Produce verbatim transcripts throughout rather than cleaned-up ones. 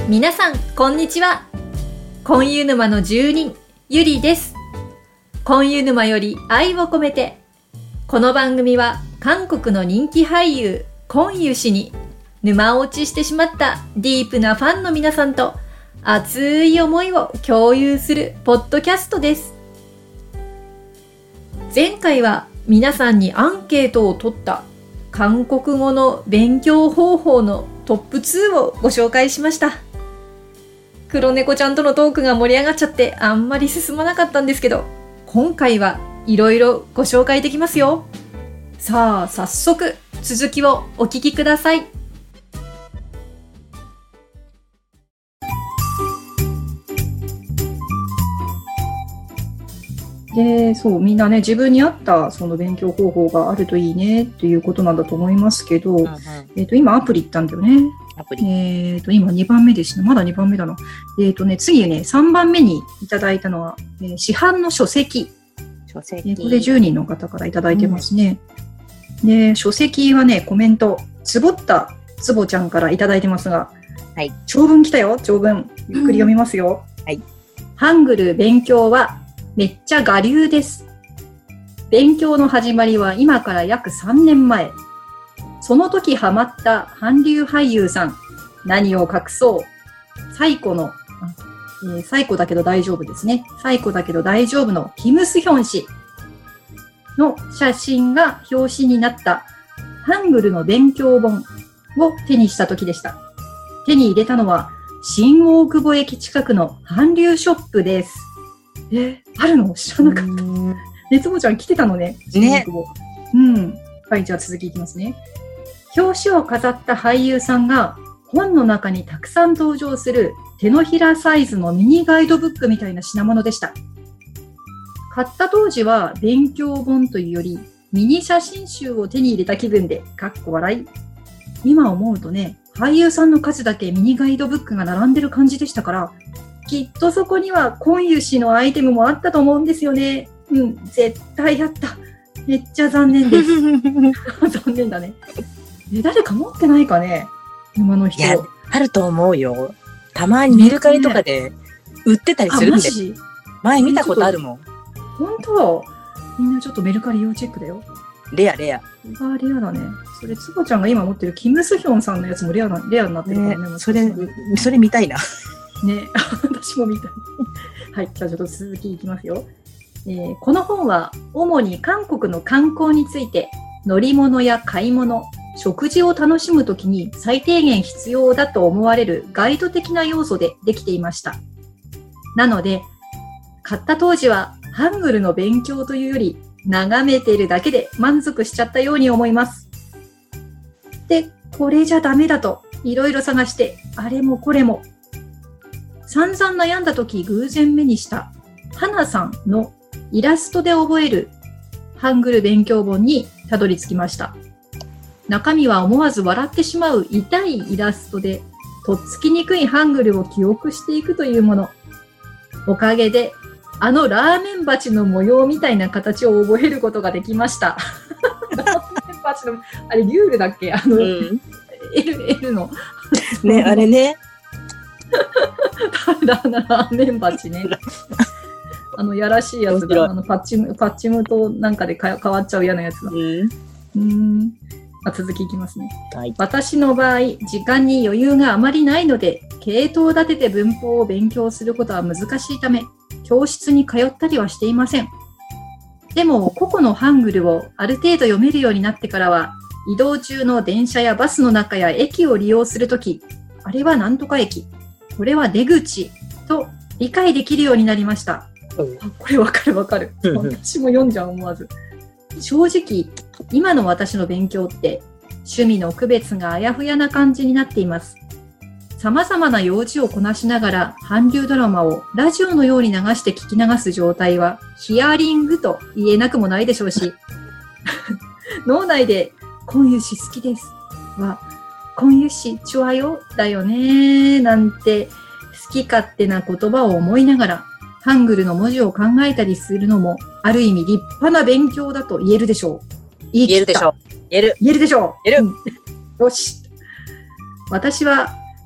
皆さんこんにちは。今湯沼の住人ゆりです。今湯沼より愛を込めて。この番組は韓国の人気俳優コンユ氏に沼落ちしてしまったディープなファンの皆さんと熱い思いを共有するポッドキャストです。前回は皆さんにアンケートを取った韓国語の勉強方法のトップツーをご紹介しました。黒猫ちゃんとのトークが盛り上がっちゃってあんまり進まなかったんですけど、今回はいろいろご紹介できますよ。さあ早速続きをお聞きください。 で、そうみんなね、自分に合ったその勉強方法があるといいねっていうことなんだと思いますけど、うんうん、えっと今アプリ行ったんだよね。アプリえっと今にばんめですね。まだにばんめだな。えっとね次ねさんばんめにいただいたのは、えー、市販の書籍。書籍。えー、これじゅうにんの方からいただいてますね。うん、で書籍はねコメントつぼったつぼちゃんからいただいてますが、はい、長文来たよ。長文ゆっくり読みますよ。うん、はい。ハングル勉強はめっちゃ我流です。勉強の始まりは今から約さんねんまえ。その時ハマった韓流俳優さん、何を隠そう。最古の、えー、最古だけど大丈夫ですね。最古だけど大丈夫のキムスヒョン氏の写真が表紙になったハングルの勉強本を手にした時でした。手に入れたのは新大久保駅近くの韓流ショップです。え、あるの知らなかった。ねつぼちゃん来てたのね。 ね。 うん。はい、じゃあ続きいきますね。表紙を飾った俳優さんが本の中にたくさん登場する手のひらサイズのミニガイドブックみたいな品物でした。買った当時は勉強本というよりミニ写真集を手に入れた気分で、かっこ笑い。今思うとね、俳優さんの数だけミニガイドブックが並んでる感じでしたから、きっとそこにはコンユ氏のアイテムもあったと思うんですよね。うん、絶対あった。めっちゃ残念です。残念だね。え、誰か持ってないかね、沼の人。 いや、あると思うよ。たまにメルカリとかで売ってたりするんで。前見たことあるもん。 本当？みんなちょっとメルカリ要チェックだよ。 レアレア。 あ、レアだね。それつぼちゃんが今持ってるキムスヒョンさんのやつもレアな、レアになってるからね。 ね、それ、それ見たいな。 ね、私も見たい。はい、じゃあちょっと続きいきますよ。えー、この本は主に韓国の観光について、乗り物や買い物、食事を楽しむときに最低限必要だと思われるガイド的な要素でできていました。なので、買った当時はハングルの勉強というより、眺めているだけで満足しちゃったように思います。で、これじゃダメだと、いろいろ探して、あれもこれも。散々悩んだとき偶然目にした花さんのイラストで覚えるハングル勉強本にたどり着きました。中身は思わず笑ってしまう痛いイラストで、とっつきにくいハングルを記憶していくというもの。おかげで、あのラーメン鉢の模様みたいな形を覚えることができました。ラーメン鉢の、あれリュールだっけ？あの、うん、L、L の。 ね、あれね。 ラーメン鉢ね。あの、やらしいやつが、あのパッチム、パッチムとなんかでか変わっちゃう嫌なやつだ。うん。うんあ続きいきますね、はい。私の場合、時間に余裕があまりないので、系統立てて文法を勉強することは難しいため、教室に通ったりはしていません。でも、個々のハングルをある程度読めるようになってからは、移動中の電車やバスの中や駅を利用するとき、あれはなんとか駅、これは出口と理解できるようになりました。うん、あこれわかるわかる。私も読んじゃう思わず。正直、今の私の勉強って趣味の区別があやふやな感じになっています。様々な用事をこなしながら韓流ドラマをラジオのように流して聞き流す状態はヒアリングと言えなくもないでしょうし、脳内でコンユ氏好きですはコンユ氏チュアよだよねなんて好き勝手な言葉を思いながらハングルの文字を考えたりするのもある意味立派な勉強だと言えるでしょう。 言えるでしょう。言える。 言えるでしょう。 言える。うん、 よし。私は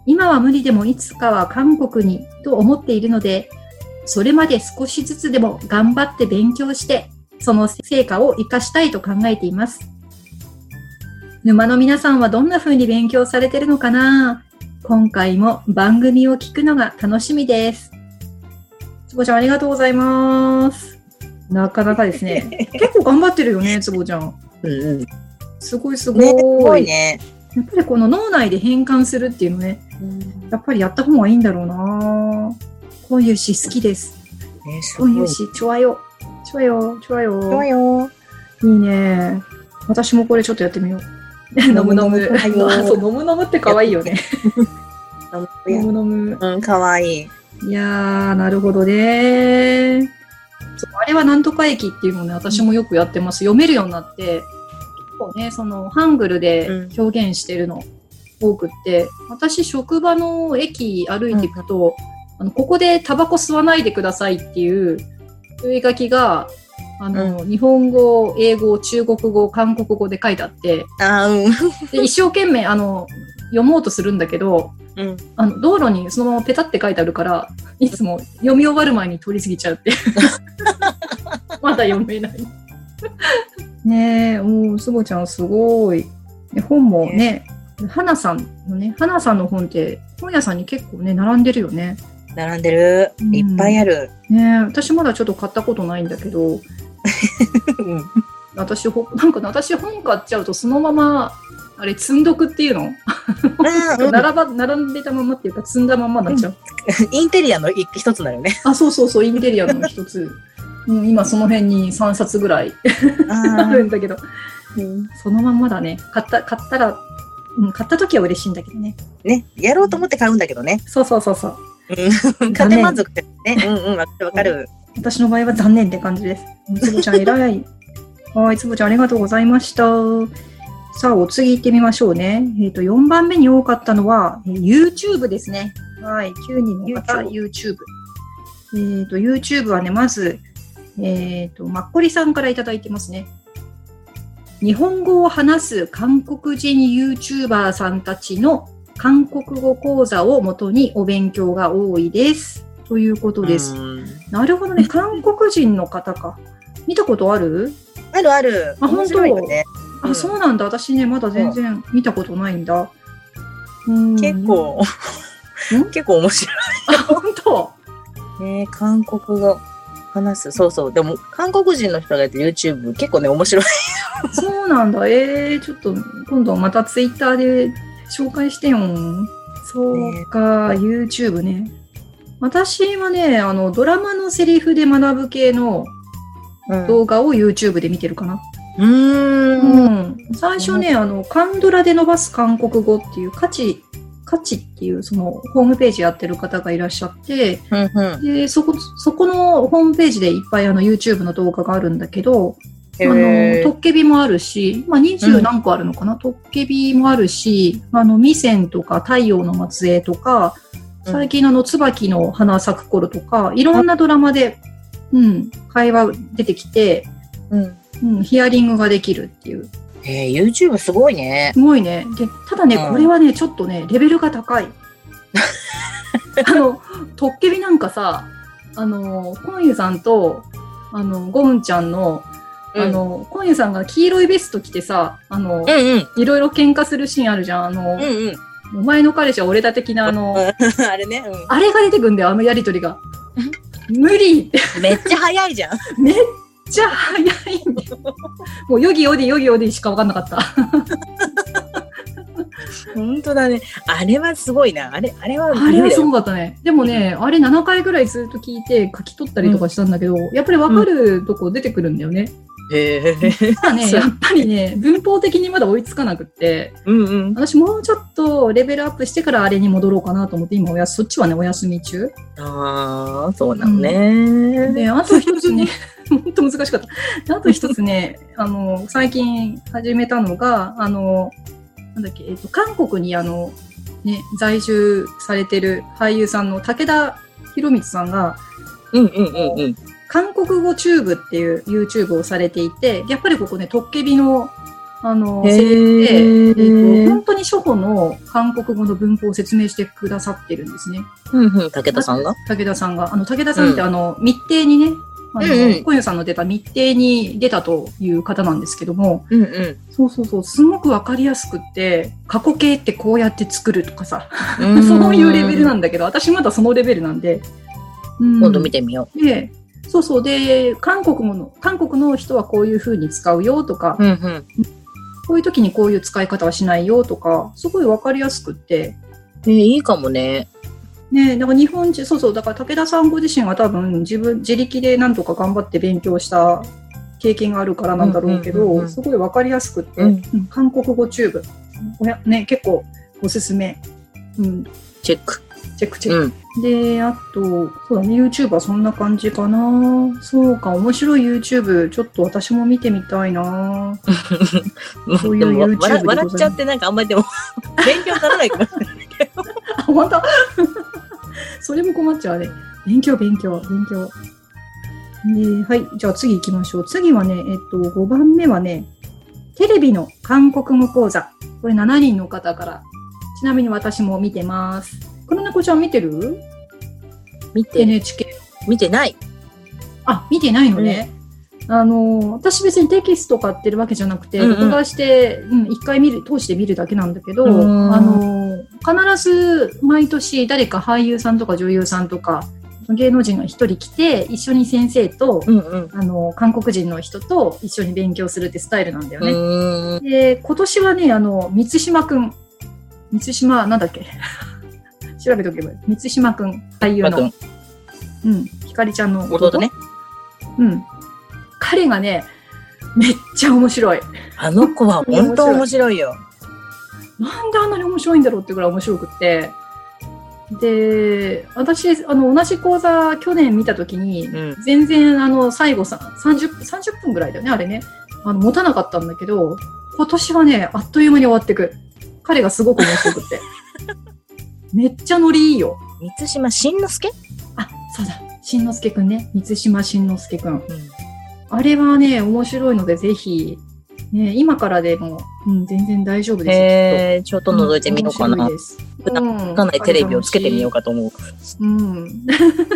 今は無理でもいつかは韓国にと思っているので、それまで少しずつでも頑張って勉強して、その成果を生かしたいと考えています。沼の皆さんはどんな風に勉強されてるのかな？今回も番組を聞くのが楽しみです。つぼちゃんありがとうございます。なかなかですね。結構頑張ってるよね、つぼちゃん。 うんうん。 すごいすごい。 ね、すごいね。 やっぱりこの脳内で変換するっていうのね、うん、やっぱりやった方がいいんだろうな。こういう詩好きです。 ね、すこういう詩、ちょわよ。ちょわよ、ちょわよ。 ちょわよ。 いいね。私もこれちょっとやってみよう。飲む飲む。そう、飲む飲むって可愛いよね。飲む飲む。 うん、可愛い。 いやー、なるほどね。そう、あれはなんとか駅っていうのをね、私もよくやってます。読めるようになって、結構ね、その、ハングルで表現してるの多くって、うん、私、職場の駅歩いていくと、うん、あのここでタバコ吸わないでくださいっていう注意書きが、あの、うん、日本語、英語、中国語、韓国語で書いてあって、 あ、うん、 で一生懸命、あの、読もうとするんだけど、うん、あの道路にそのままペタって書いてあるからいつも読み終わる前に通り過ぎちゃうってまだ読めないねえ、おー、すぼちゃんすごい。本もね、花さんのね、花さんの本って本屋さんに結構ね並んでるよね。 並んでる、いっぱいある、 うん、ねえ、私まだちょっと買ったことないんだけど、うん、私ほなんか私本買っちゃうとそのままあれ積んどくっていうの並ば並んでたままっていうか積んだままになっちゃう、 うん、インテリアの一つだよね。 あ、そうそうそう、インテリアの一つ、うん、今その辺にさんさつぐらいあるんだけど、うん、そのまんまだね。買った買ったら、うん、買った時は嬉しいんだけどね。 ね、やろうと思って買うんだけどね。 そうそうそうそう。 買って満足ってね。うんうん、わかるわかる。 私の場合は残念って感じです。つぼちゃん偉い。はい、つぼちゃんありがとうございました。さあ、お次行ってみましょうね。えっと、よんばんめに多かったのは、YouTube ですね。はい、きゅうにんの方、YouTube。えっと、YouTube はね、まず、えっと、まっこりさんからいただいてますね。日本語を話す韓国人 YouTuber さんたちの韓国語講座をもとにお勉強が多いです。ということです。なるほどね。韓国人の方か。見たことある？ あるある。 あ、本当？ ね、 あ、うん、そうなんだ。私ね、まだ全然見たことないんだ。 うん、結構、結構面白い。 あ、本当？ ね、韓国語話す。そうそう。でも、韓国人の人がやってる YouTube 結構ね、面白い。 そうなんだ。えー、ちょっと、今度また Twitter で紹介してよ。そうか、ね、YouTube ね。私はね、あの、ドラマのセリフで学ぶ系の動画を YouTube で見てるかな。うん。うん。最初ね、あの、カンドラで伸ばす韓国語っていう価値、価値っていうそのホームページやってる方がいらっしゃって、うんうん、で、そこ、そこのホームページでいっぱいあの YouTube の動画があるんだけど、あの、トッケビもあるし、まあ、にじゅう何個あるのかな、うん、トッケビもあるし、あの、ミセンとか太陽の末裔とか、最近のあの、椿の花咲く頃とか、いろんなドラマで、うん、会話出てきて、うんうん、ヒアリングができるっていう。 えー、YouTube すごいね。 すごいね。で、ただね、うん、これはね、ちょっとね、レベルが高い。あの、トッケビなんかさ、あの、コンユさんと、あの、ゴンちゃんの、あの、うん、コンユさんが黄色いベスト着てさ、あの、うんうん、いろいろ喧嘩するシーンあるじゃん。あの、うんうん、お前の彼氏は俺だ的なあの、 あれね、うん、 あれが出てくんだよ、あのやりとりが。無理めっちゃ早いじゃん。 めっちゃ早いんだよ。もうヨギヨディヨギヨディしか分かんなかった。 本当だね。あれはすごいな。あれ、あれはあれはすごかったね。でもね、あれななかいぐらいずっと聞いて書き取ったりとかしたんだけど、うん、やっぱり分かるとこ出てくるんだよね。へえー。ただね、やっぱりね、文法的にまだ追いつかなくって、うんうん、私もうちょっとレベルアップしてからあれに戻ろうかなと思って、今おやそっちはね、お休み中。 ああ、そうなのね、 うん。で、あと一つね、本当難しかった。あと一つね、あの、最近始めたのが、あの、なんだっけ、えっと、韓国にあの、ね、在住されてる俳優さんの武田博光さんが、うんうんうんうん。韓国語チューブっていう YouTube をされていて、やっぱりここね、トッケビのあの、設定で、えっと、本当に初歩の韓国語の文法を説明してくださってるんですね。 うんうん、武田さんが武田さんが。あの、武田さんって、うん、あの、密偵にね、あの、うんうん、小遊さんの出た密偵に出たという方なんですけども、 うんうん、 そうそうそう、すごくわかりやすくって、過去形ってこうやって作るとかさ、そういうレベルなんだけど、私まだそのレベルなんで。 うん、今度見てみよう。で、そうそう、で、韓国もの、韓国の人はこういう風に使うよとか、 うんうん、 こういう時にこういう使い方はしないよとか、すごいわかりやすくって。 えー、いいかもね。 ねえ、だから日本人、そうそう、だから武田さんご自身は多分自分、自力でなんとか頑張って勉強した経験があるからなんだろうけど、うんうんうんうん、すごいわかりやすくって、うん、韓国語チューブ、おやね、結構おすすめ。うん、 チェック。 チェックチェック。うん、で、あと、そうだね、YouTube はそんな感じかな。そうか、面白い YouTube、ちょっと私も見てみたいな。そういう YouTube で笑, 笑っちゃってなんかあんまりでも、勉強にならないかもしれないけど。 あ、本当それも困っちゃうね。勉強、勉強、勉強。で、はい。じゃあ次行きましょう。次はね、えっと、ごばんめはね、テレビの韓国語講座。これしちにんの方から。ちなみに私も見てます。黒猫ちゃん見てる？ 見て。 エヌエイチケー。 見てない。 あ、見てないのね。うん、あの、私別にテキスト買ってるわけじゃなくて、録画して、うん、一回見る、通して見るだけなんだけど、あの、必ず毎年誰か俳優さんとか女優さんとか芸能人が一人来て一緒に先生と、 うんうん、 あの韓国人の人と一緒に勉強するってスタイルなんだよね。で今年はねあの満島くん満島なんだっけ調べとけば満島くん俳優の、うん、ひかりちゃんの弟ね。 うん、彼がねめっちゃ面白い。 あの子は本当面白いよ。 なんであんなに面白いんだろうってぐらい面白くって。で、私、あの、同じ講座去年見たときに、うん、全然、あの、最後さ、さんじゅっぷん、さんじゅっぷんぐらいだよね、あれね。あの、持たなかったんだけど、今年はね、あっという間に終わってく。彼がすごく面白くって。めっちゃノリいいよ。 満島真之介？ あ、そうだ。真之介くんね。満島真之介くん。うん、あれはね、面白いので、ぜひ、ね、今からでも、うん、全然大丈夫ですよ。 へー、ちょっと覗いてみようかな。普段かなりテレビをつけてみようかと思う。 うん。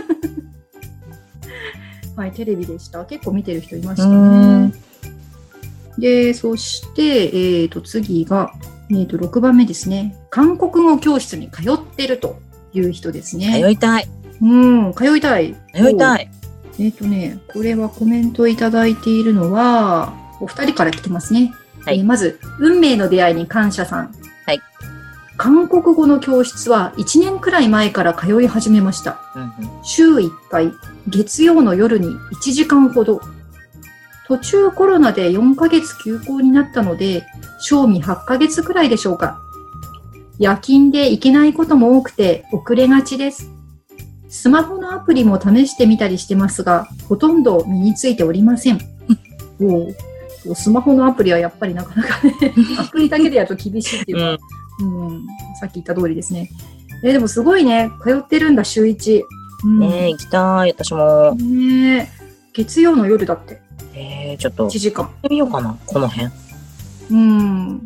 はい、テレビでした。結構見てる人いましたね。で、そして、えっと、次が、えっと、ろくばんめですね。韓国語教室に通ってるという人ですね。 通いたい。 うん、通いたい。 通いたい。 えっとね、これはコメントいただいているのは、お二人から来てますね。はい、えー、まず、運命の出会いに感謝さん。 はい。 韓国語の教室はいちねんくらい前から通い始めました。 うんうん、 週いっかい、月曜の夜にいちじかんほど。途中コロナでよんかげつ休校になったので、賞味はちかげつくらいでしょうか。夜勤で行けないことも多くて遅れがちです。スマホのアプリも試してみたりしてますが、ほとんど身についておりません。おスマホのアプリはやっぱりなかなかね、アプリだけでやると厳しいっていうか、うんうん、さっき言った通りですね。えー、でもすごいね、通ってるんだ、週いち。 うん、ねえ、行きたい、私も。 ねえ、月曜の夜だって。 えー、ちょっと、 いちじかん。 行ってみようかな、この辺。 うん。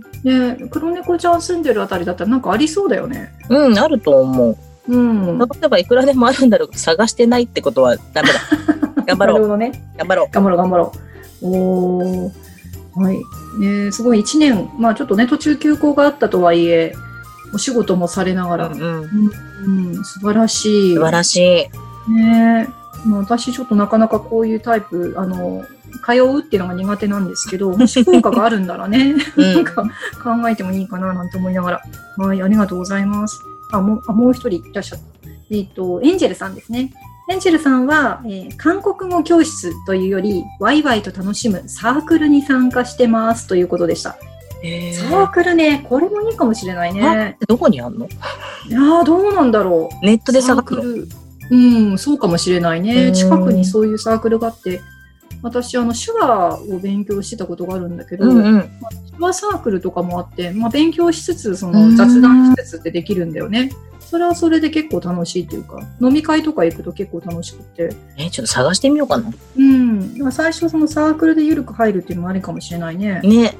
ねえ、黒猫ちゃん住んでるあたりだったらなんかありそうだよね。 うん、あると思う。 うん。 例えばいくらでもあるんだろうけど、探してないってことはダメだ。頑張ろう。 なるほどね。 頑張ろう。 頑張ろう、頑張ろう。おー。はい。ね、すごいいちねん、まあちょっとね、途中休校があったとはいえ、お仕事もされながら、 うんうんうん、素晴らしい。 素晴らしい。 ね、まあ、私ちょっとなかなかこういうタイプ、あの、通うっていうのが苦手なんですけど、もし効果があるんならね、うん、なんか考えてもいいかななんて思いながら。はい、ありがとうございます。あ、もう、あもう一人いらっしゃった。えっと、エンジェルさんですね。エンジェルさんは、えー、韓国語教室というより、ワイワイと楽しむサークルに参加してますということでした。 えー、 サークルね、これもいいかもしれないね。 どこにあんの？ いやー、どうなんだろう。 ネットで探すの？ うん、そうかもしれないね。近くにそういうサークルがあって、私、あの、手話を勉強してたことがあるんだけど、 うんうん、 まあ、手話サークルとかもあって、まあ、勉強しつつ、その雑談しつつってできるんだよね。それはそれで結構楽しいっていうか、飲み会とか行くと結構楽しくて。 え、ちょっと探してみようかな。 うん。最初そのサークルで緩く入るっていうのもありかもしれないね。 ね。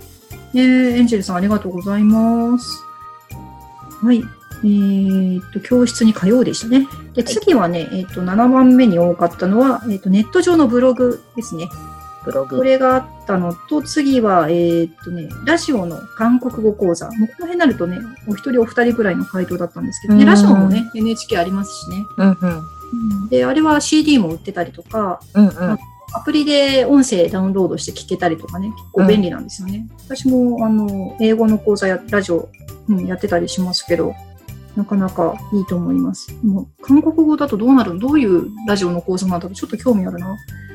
えー、エンジェルさんありがとうございます。はい。えー、っと、教室に通うでしたね。で、次はね、えー、っと、ななばんめに多かったのは、えー、っと、ネット上のブログですね。 ブログ。 これがあったのと、次は、えー、っとね、ラジオの韓国語講座。もうこの辺になるとね、お一人お二人くらいの回答だったんですけどね、ラジオもね、エヌエイチケー ありますしね。 うんうん。 で、あれは シーディー も売ってたりとか、 うんうん、 アプリで音声ダウンロードして聞けたりとかね、結構便利なんですよね。うん、私も、あの、英語の講座や、ラジオ、うん、やってたりしますけど、なかなかいいと思います。もう韓国語だとどうなるの？どういうラジオの講座なんだろう？ちょっと興味あるな。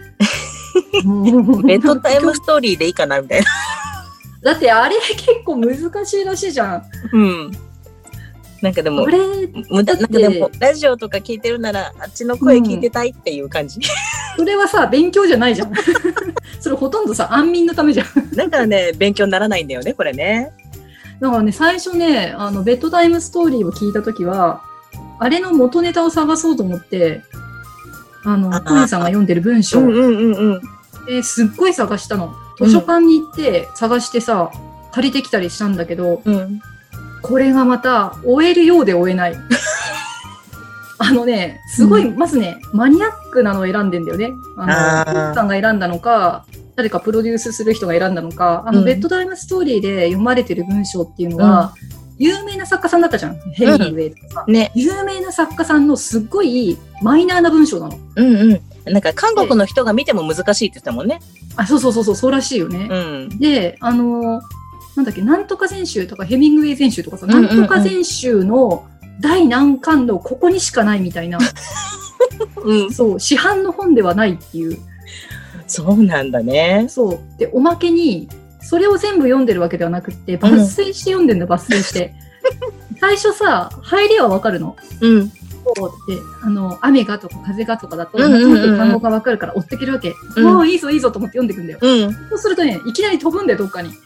ベッドタイムストーリーでいいかなみたいな。 だってあれ結構難しいらしいじゃん。 うん。なんかでも、あれ無駄なんかでもラジオとか聞いてるならあっちの声聞いてたいっていう感じ。うん、 それはさ勉強じゃないじゃん。それほとんどさ安眠のためじゃん。 だからね勉強にならないんだよねこれね。 だからね最初ねあのベッドタイムストーリーを聞いたときはあれの元ネタを探そうと思ってあの小西さんが読んでる文章、うんうんうんうん、ですっごい探したの。図書館に行って探してさ、うん、借りてきたりしたんだけど、うん、これがまた終えるようで終えない。あのねすごい、うん、まずねマニアックなのを選んでんだよね。あの小西さんが選んだのか誰かプロデュースする人が選んだのか、あの、うん、ベッドタイムストーリーで読まれてる文章っていうのは、うん、有名な作家さんだったじゃん。ヘミングウェイとかさ、うんね。有名な作家さんのすっごいマイナーな文章なの。 うんうん。なんか韓国の人が見ても難しいって言ってたもんね。 あ、そうそうそうそう、そうらしいよね。うん、で、あの、なんだっけ、なんとか全集とかヘミングウェイ全集とかさ、うんうんうん、なんとか全集の第何巻のここにしかないみたいな。うん、そう、市販の本ではないっていう。 そうなんだね。 そう。で、おまけに、それを全部読んでるわけではなくって、抜粋して読んでるんだ、抜粋して。最初さ、入りはわかるの。うん。そうで、あの、雨がとか風がとかだと、なんとなく単語がわかるから追ってけるわけ。うん、もういいぞいいぞと思って読んでいくんだよ。うん。そうするとね、いきなり飛ぶんだよ、どっかに。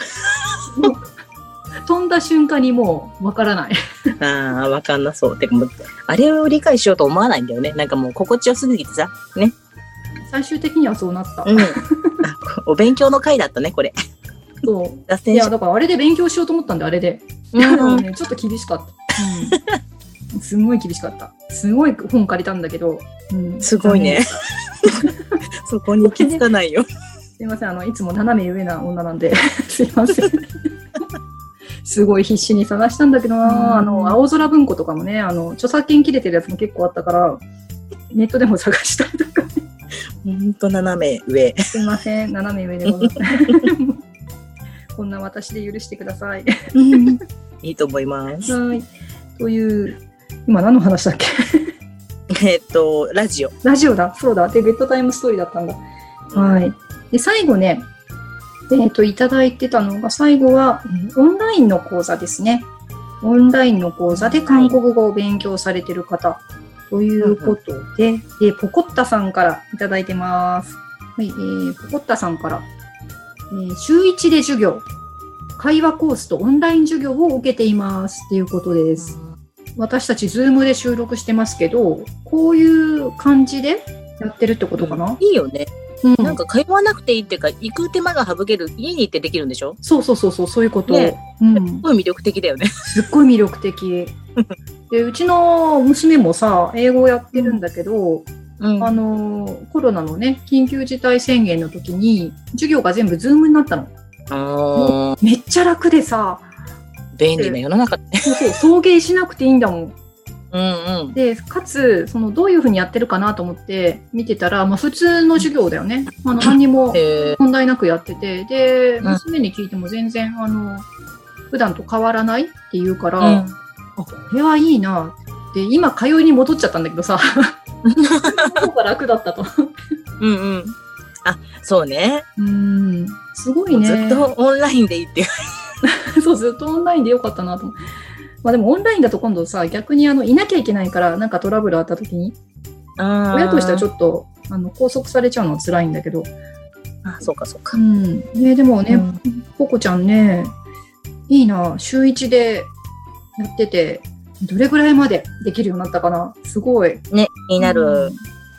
飛んだ瞬間にもうわからない。 ああ、わかんなそう。てかもう、あれを理解しようと思わないんだよね。なんかもう心地よすぎてさ、ね。 最終的にはそうなった。 うん、お勉強の回だったね、これ。 そう。いや、だからあれで勉強しようと思ったんで、あれで。いや、もうね、ちょっと厳しかった。うん、すごい厳しかった。すごい本借りたんだけど。 うん、すごいね。そこに行き着かないよ。 すいません、あの、いつも斜め上な女なんで、すいません。すごい必死に探したんだけどな、あの、青空文庫とかもね、あの、著作権切れてるやつも結構あったから、ネットでも探したりとか、ね。 ほんと斜め上。 すいません、斜め上でございます。こんな私で許してください。 いいと思います。 はい。という、今何の話だっけ？ えっと、ラジオ。 ラジオだ、そうだ。で、ベッドタイムストーリーだったんだ。はい。で、最後ね、えっと、いただいてたのが、最後は、オンラインの講座ですね。オンラインの講座で韓国語を勉強されている方。ということで、うんうん、えー、ポコッタさんからいただいてます。はい、えー、ポコッタさんから、えー、週いちで授業、会話コースとオンライン授業を受けていますっていうことです。私たちズームで収録してますけど、こういう感じでやってるってことかな？ いいよね。うん、なんか通わなくていいっていうか、行く手間が省ける、家に行ってできるんでしょ？ そうそうそうそう、そういうこと。 ね、うん、すごい魅力的だよね。 すっごい魅力的。で、うちの娘もさ、英語をやってるんだけど、うん、あの、コロナのね、緊急事態宣言の時に、授業が全部ズームになったの。あめっちゃ楽でさ、 便利な世の中って。 そうそう、送迎しなくていいんだもん。 うんうん、 でかつそのどういうふうにやってるかなと思って見てたら、まあ、普通の授業だよね。あの何にも問題なくやってて、で娘に聞いても全然あの普段と変わらないって言うから、うん、あこれはいいなって今通いに戻っちゃったんだけどさ方が楽だったとうんうんあそうねうんすごいね。 ずっとオンラインでいいっていうそうずっとオンラインでよかったなと思って。まあでもオンラインだと今度さ、逆にあのいなきゃいけないからなんかトラブルあった時に、親としてはちょっとあの拘束されちゃうのは辛いんだけど。 あ、そうかそうか。 うん。ね、でもね、うん、ポコちゃんね、いいな、週一でやってて、どれぐらいまでできるようになったかな。すごい。 ね、気になる。 うん、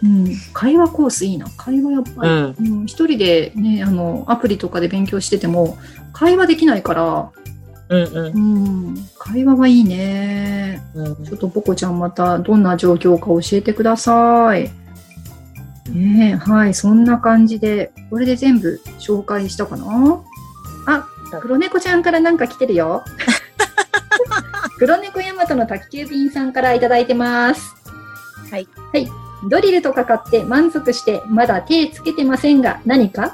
うん、会話コースいいな。会話やっぱり、うんうん、一人でね、あの、アプリとかで勉強してても、会話できないから、 うんうんうん、会話はいいね、うん。ちょっとポコちゃんまたどんな状況か教えてください。ね、はい、そんな感じで、これで全部紹介したかな。あ、黒猫ちゃんからなんか来てるよ。黒猫ヤマトの宅急便さんからいただいてます。 はい。 はい。ドリルとか買って満足してまだ手つけてませんが何か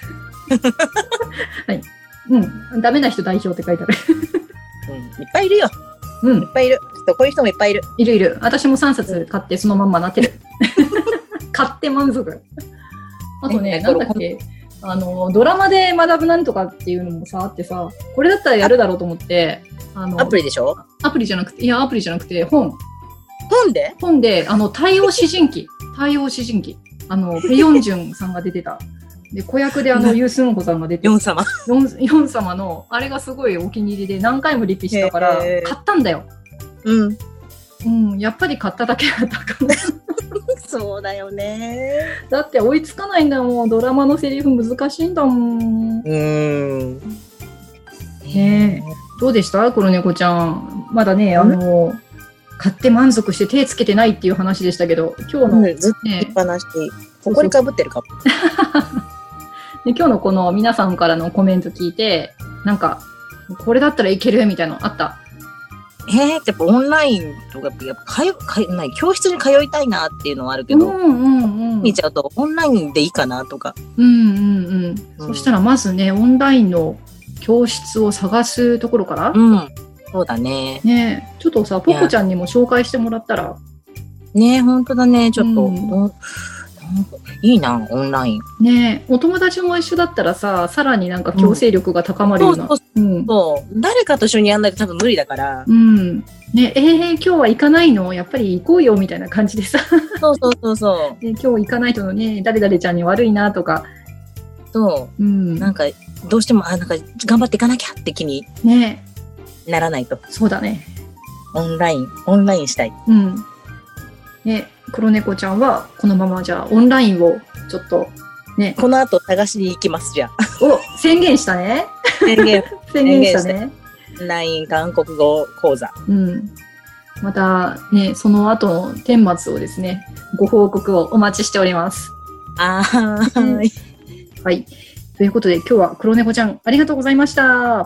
はい。うん。ダメな人代表って書いてある。 うん。いっぱいいるよ。うん。いっぱいいる。ちょっとこういう人もいっぱいいる。 いるいる。私もさんさつ買ってそのまんまなってる。買って満足。あとね、なんだっけ。あの、ドラマで学ぶなんとかっていうのもさ、あってさ、これだったらやるだろうと思って、 あの、アプリでしょ？ アプリじゃなくて、いや、アプリじゃなくて、本。 本で？ 本で、あの、太陽詩人記。太陽詩人記。あの、ペヨンジュンさんが出てた。で、子役であの、ユースンホさんが出てた。 ヨン様。 ヨン、ヨン様の、あれがすごいお気に入りで、何回もリピしたから、買ったんだよ。 うん。 うん、やっぱり買っただけだったかな。 そうだよね。 だって追いつかないんだもん。ドラマのセリフ難しいんだもん。 うーん。 ねえ。どうでした黒猫ちゃん。まだね、あの、買って満足して手つけてないっていう話でしたけど、今日の、ね、 うん、ずっと言いっぱなし、ほこりかぶってるかも。 で今日のこの皆さんからのコメント聞いて、なんか、これだったらいけるみたいなのあった？ えー、やっぱオンラインとか、やっぱかよかない教室に通いたいなっていうのはあるけど、 うんうんうん、 見ちゃうとオンラインでいいかなとか。 うんうんうん。うん、そしたらまずね、オンラインの教室を探すところから、 うん、そうだね。 ね、ちょっとさ、ポコちゃんにも紹介してもらったら。 ね、本当だね、ちょっと、うん、いいな、オンライン。 ね、お友達も一緒だったらさ、さらになんか強制力が高まるような。 そうそうそう、そう、誰かと一緒にやんないと多分無理だから。 うん。ね、えー、今日は行かないの？やっぱり行こうよみたいな感じでさ。 そうそうそうそう。 で今日行かないとね、誰々ちゃんに悪いなとか。 そう。うん。なんか、どうしても、あ、なんか、頑張っていかなきゃって気にねならないと。 そうだね。 オンライン、オンラインしたい。 うん。ね、黒猫ちゃんは、このままじゃあ、オンラインを、ちょっと、ね。 この後探しに行きます、じゃあ。 お、宣言したね。 宣言。 宣言したね。 オンライン韓国語講座。 うん。また、ね、その後の顛末をですね、ご報告をお待ちしております。 あー、はい。 はい。ということで、今日は黒猫ちゃん、ありがとうございました。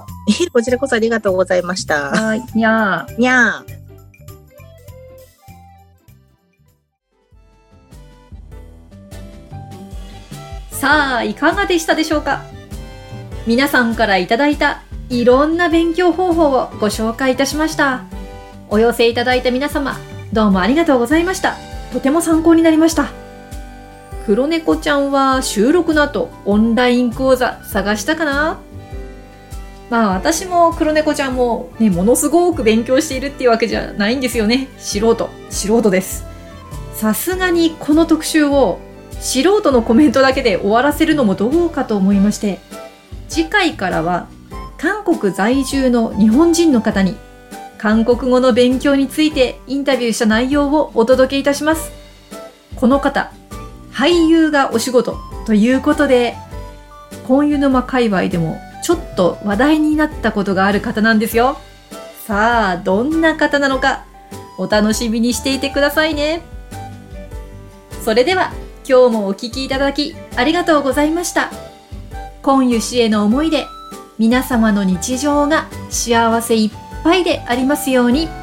こちらこそありがとうございました。 はい。にゃー。 にゃー。 さあ、いかがでしたでしょうか？皆さんからいただいたいろんな勉強方法をご紹介いたしました。お寄せいただいた皆様、どうもありがとうございました。とても参考になりました。黒猫ちゃんは収録の後、オンライン講座探したかな？まあ私も黒猫ちゃんもね、ものすごく勉強しているっていうわけじゃないんですよね。素人、素人です。さすがにこの特集を素人のコメントだけで終わらせるのもどうかと思いまして、次回からは韓国在住の日本人の方に韓国語の勉強についてインタビューした内容をお届けいたします。この方、俳優がお仕事ということで、コンユ沼界隈でもちょっと話題になったことがある方なんですよ。さあ、どんな方なのかお楽しみにしていてくださいね。それでは今日もお聞きいただきありがとうございました。コンユ氏への思いで皆様の日常が幸せいっぱいでありますように。